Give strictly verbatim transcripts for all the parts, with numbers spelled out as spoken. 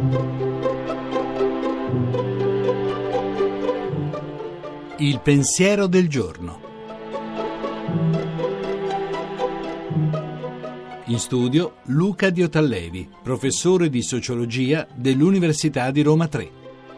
Il pensiero del giorno. In studio Luca Diotallevi, professore di sociologia dell'Università di Roma tre.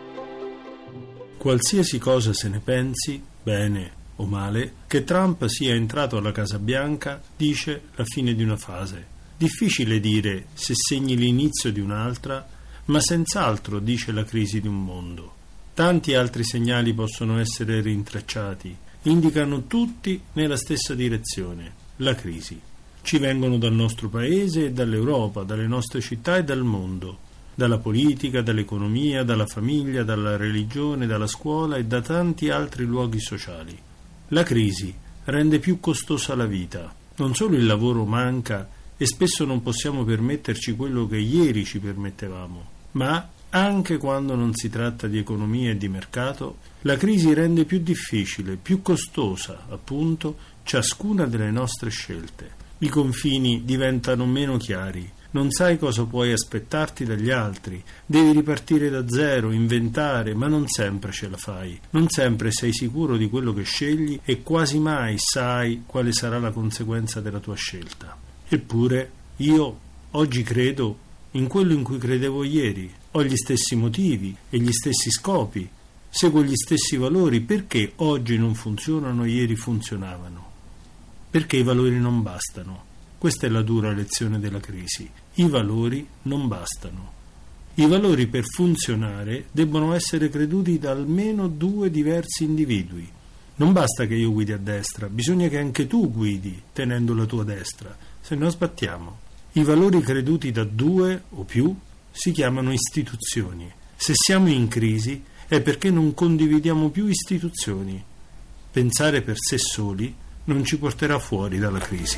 Qualsiasi cosa se ne pensi, bene o male, che Trump sia entrato alla Casa Bianca dice la fine di una fase. Difficile dire se segni l'inizio di un'altra, ma senz'altro dice la crisi di un mondo. Tanti altri segnali possono essere rintracciati, indicano tutti nella stessa direzione, la crisi. Ci vengono dal nostro paese e dall'Europa, dalle nostre città e dal mondo, dalla politica, dall'economia, dalla famiglia, dalla religione, dalla scuola e da tanti altri luoghi sociali. La crisi rende più costosa la vita. Non solo il lavoro manca e spesso non possiamo permetterci quello che ieri ci permettevamo, ma anche quando non si tratta di economia e di mercato, la crisi rende più difficile, più costosa, appunto, ciascuna delle nostre scelte. I confini diventano meno chiari, non sai cosa puoi aspettarti dagli altri, devi ripartire da zero, inventare, ma non sempre ce la fai, non sempre sei sicuro di quello che scegli e quasi mai sai quale sarà la conseguenza della tua scelta. Eppure io oggi credo in quello in cui credevo ieri, ho gli stessi motivi e gli stessi scopi, seguo gli stessi valori. Perché oggi non funzionano e ieri funzionavano? Perché i valori non bastano. Questa è la dura lezione della crisi. I valori non bastano. I valori per funzionare debbono essere creduti da almeno due diversi individui. Non basta che io guidi a destra, bisogna che anche tu guidi tenendo la tua destra, se no sbattiamo. I valori creduti da due o più si chiamano istituzioni. Se siamo in crisi è perché non condividiamo più istituzioni. Pensare per sé soli non ci porterà fuori dalla crisi.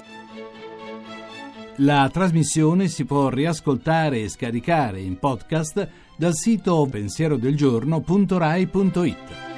La trasmissione si può riascoltare e scaricare in podcast dal sito pensierodelgiorno punto rai punto it.